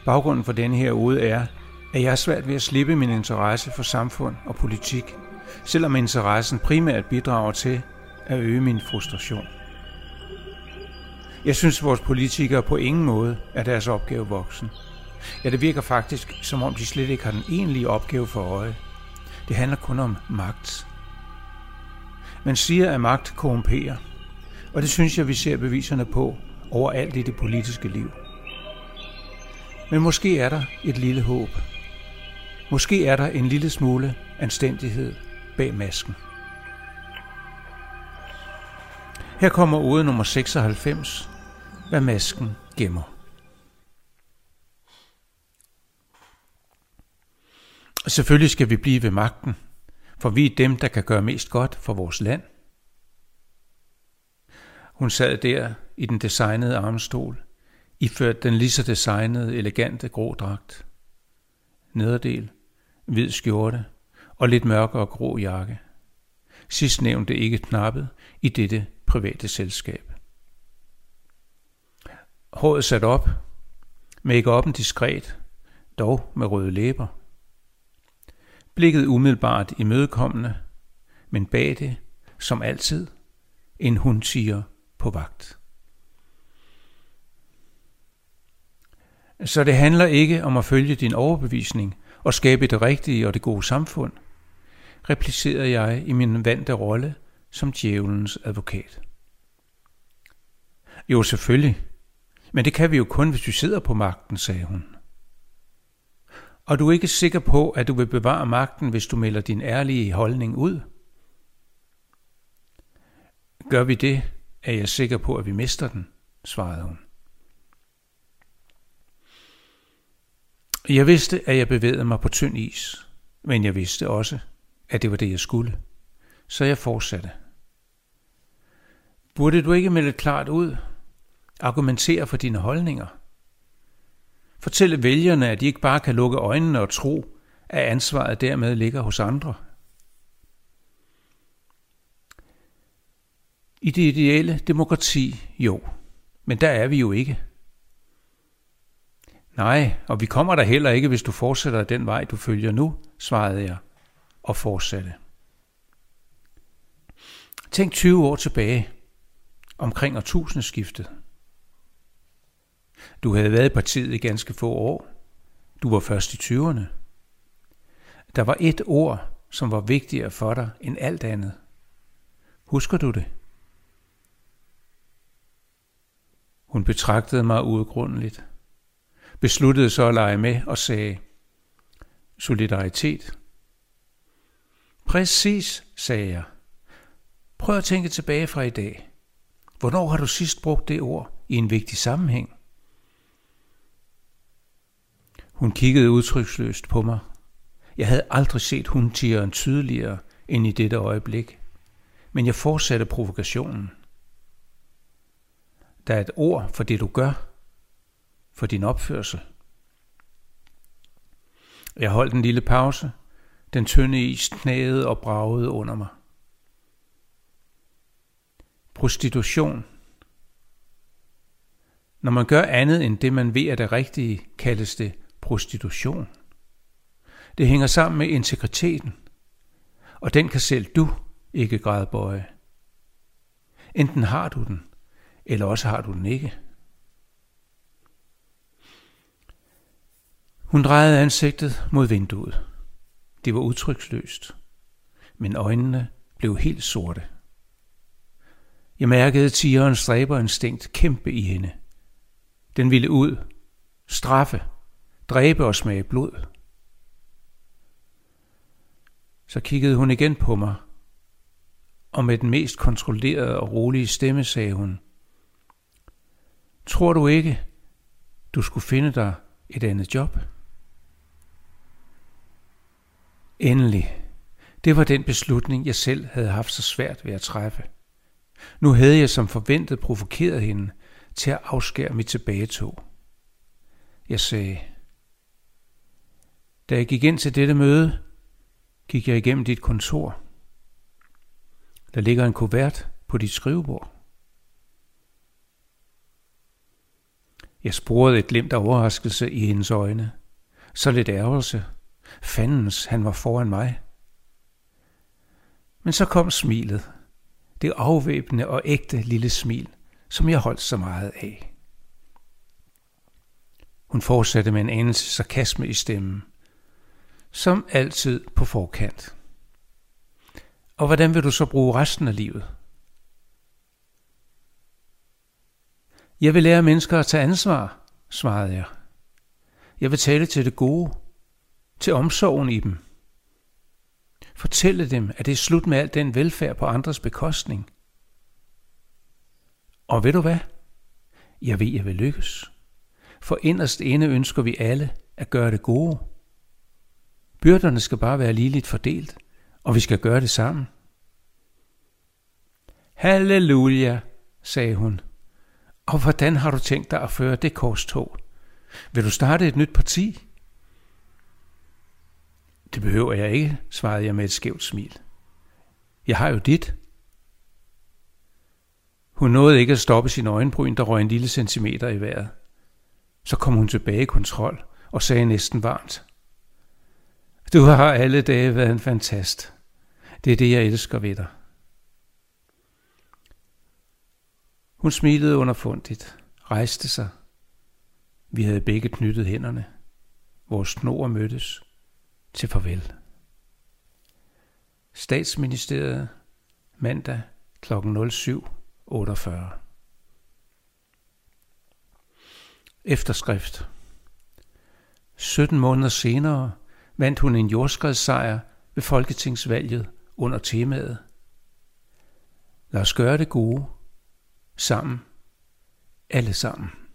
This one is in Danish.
Baggrunden for denne her ude er, at jeg har svært ved at slippe min interesse for samfund og politik, selvom interessen primært bidrager til at øge min frustration. Jeg synes, at vores politikere på ingen måde er deres opgave voksen. Ja, det virker faktisk, som om de slet ikke har den egentlige opgave for øje. Det handler kun om magt. Man siger, at magt korrumperer, og det synes jeg, vi ser beviserne på overalt i det politiske liv. Men måske er der et lille håb. Måske er der en lille smule anstændighed bag masken. Her kommer ude nummer 96, hvad masken gemmer. Selvfølgelig skal vi blive ved magten, for vi er dem, der kan gøre mest godt for vores land. Hun sad der i den designede armstol, iført den lige så designede, elegante grå dragt. Nederdel, hvid skjorte og lidt mørkere grå jakke. Sidstnævnte ikke knappet i dette private selskab. Håret sat op, make-up'en diskret, dog med røde læber. Blikket umiddelbart imødekommende, men bag det, som altid, en hundtiger på vagt. Så det handler ikke om at følge din overbevisning og skabe det rigtige og det gode samfund, replicerede jeg i min vante rolle som djævelens advokat. Jo, selvfølgelig, men det kan vi jo kun, hvis vi sidder på magten, sagde hun. Og du er ikke sikker på, at du vil bevare magten, hvis du melder din ærlige holdning ud? Gør vi det, er jeg sikker på, at vi mister den, svarede hun. Jeg vidste, at jeg bevægede mig på tynd is, men jeg vidste også, at det var det, jeg skulle. Så jeg fortsatte. Burde du ikke melde klart ud? Argumentere for dine holdninger? Fortælle vælgerne, at de ikke bare kan lukke øjnene og tro, at ansvaret dermed ligger hos andre. I det ideelle demokrati, jo, men der er vi jo ikke. Nej, og vi kommer der heller ikke, hvis du fortsætter den vej, du følger nu, svarede jeg og fortsatte. Tænk 20 år tilbage, omkring årtusindeskiftet. Du havde været i partiet i ganske få år. Du var først i 20'erne. Der var et ord, som var vigtigere for dig end alt andet. Husker du det? Hun betragtede mig uudgrundeligt, besluttede så at lege med og sagde, solidaritet. Præcis, sagde jeg. Prøv at tænke tilbage fra i dag. Hvornår har du sidst brugt det ord i en vigtig sammenhæng? Hun kiggede udtryksløst på mig. Jeg havde aldrig set hundtigeren tydeligere end i dette øjeblik, men jeg fortsatte provokationen. Der er et ord for det, du gør, for din opførsel. Jeg holdt en lille pause. Den tynde is knagede og bragede under mig. Prostitution. Når man gør andet end det, man ved er det rigtige, kaldes det prostitution. Det hænger sammen med integriteten, og den kan selv du ikke gradbøje. Enten har du den, eller også har du den ikke. Hun drejede ansigtet mod vinduet. Det var udtryksløst, men øjnene blev helt sorte. Jeg mærkede tigerens dræberinstinkt kæmpe i hende. Den ville ud, straffe, dræbe og smage blod. Så kiggede hun igen på mig, og med den mest kontrollerede og rolige stemme sagde hun, tror du ikke, du skulle finde dig et andet job? Endelig. Det var den beslutning, jeg selv havde haft så svært ved at træffe. Nu havde jeg som forventet provokeret hende til at afskære mit tilbagetog. Jeg sagde, da jeg gik ind til dette møde, gik jeg igennem dit kontor. Der ligger en kuvert på dit skrivebord. Jeg sporede et glimt af overraskelse i hendes øjne. Så lidt ærgelse. Fandens, han var foran mig. Men så kom smilet. Det afvæbnende og ægte lille smil, som jeg holdt så meget af. Hun fortsatte med en anelse sarkasme i stemmen. Som altid på forkant. Og hvordan vil du så bruge resten af livet? Jeg vil lære mennesker at tage ansvar, svarede jeg. Jeg vil tale til det gode, til omsorgen i dem. Fortælle dem, at det er slut med al den velfærd på andres bekostning. Og ved du hvad? Jeg ved, jeg vil lykkes. For inderst inde ønsker vi alle at gøre det gode. Byrderne skal bare være ligeligt fordelt, og vi skal gøre det sammen. Halleluja, sagde hun. Og hvordan har du tænkt dig at føre det korstog? Vil du starte et nyt parti? Det behøver jeg ikke, svarede jeg med et skævt smil. Jeg har jo dit. Hun nåede ikke at stoppe sin øjenbryn, der røg en lille centimeter i vejret. Så kom hun tilbage i kontrol og sagde næsten varmt. Du har alle dage været en fantast. Det er det, jeg elsker ved dig. Hun smilede underfundigt, rejste sig. Vi havde begge knyttet hænderne. Vores snor mødtes. Til farvel. Statsministeriet, mandag kl. 07:48. Efterskrift. 17 måneder senere vandt hun en jordskredssejr ved folketingsvalget under temaet Lad os gøre det gode, sammen, alle sammen.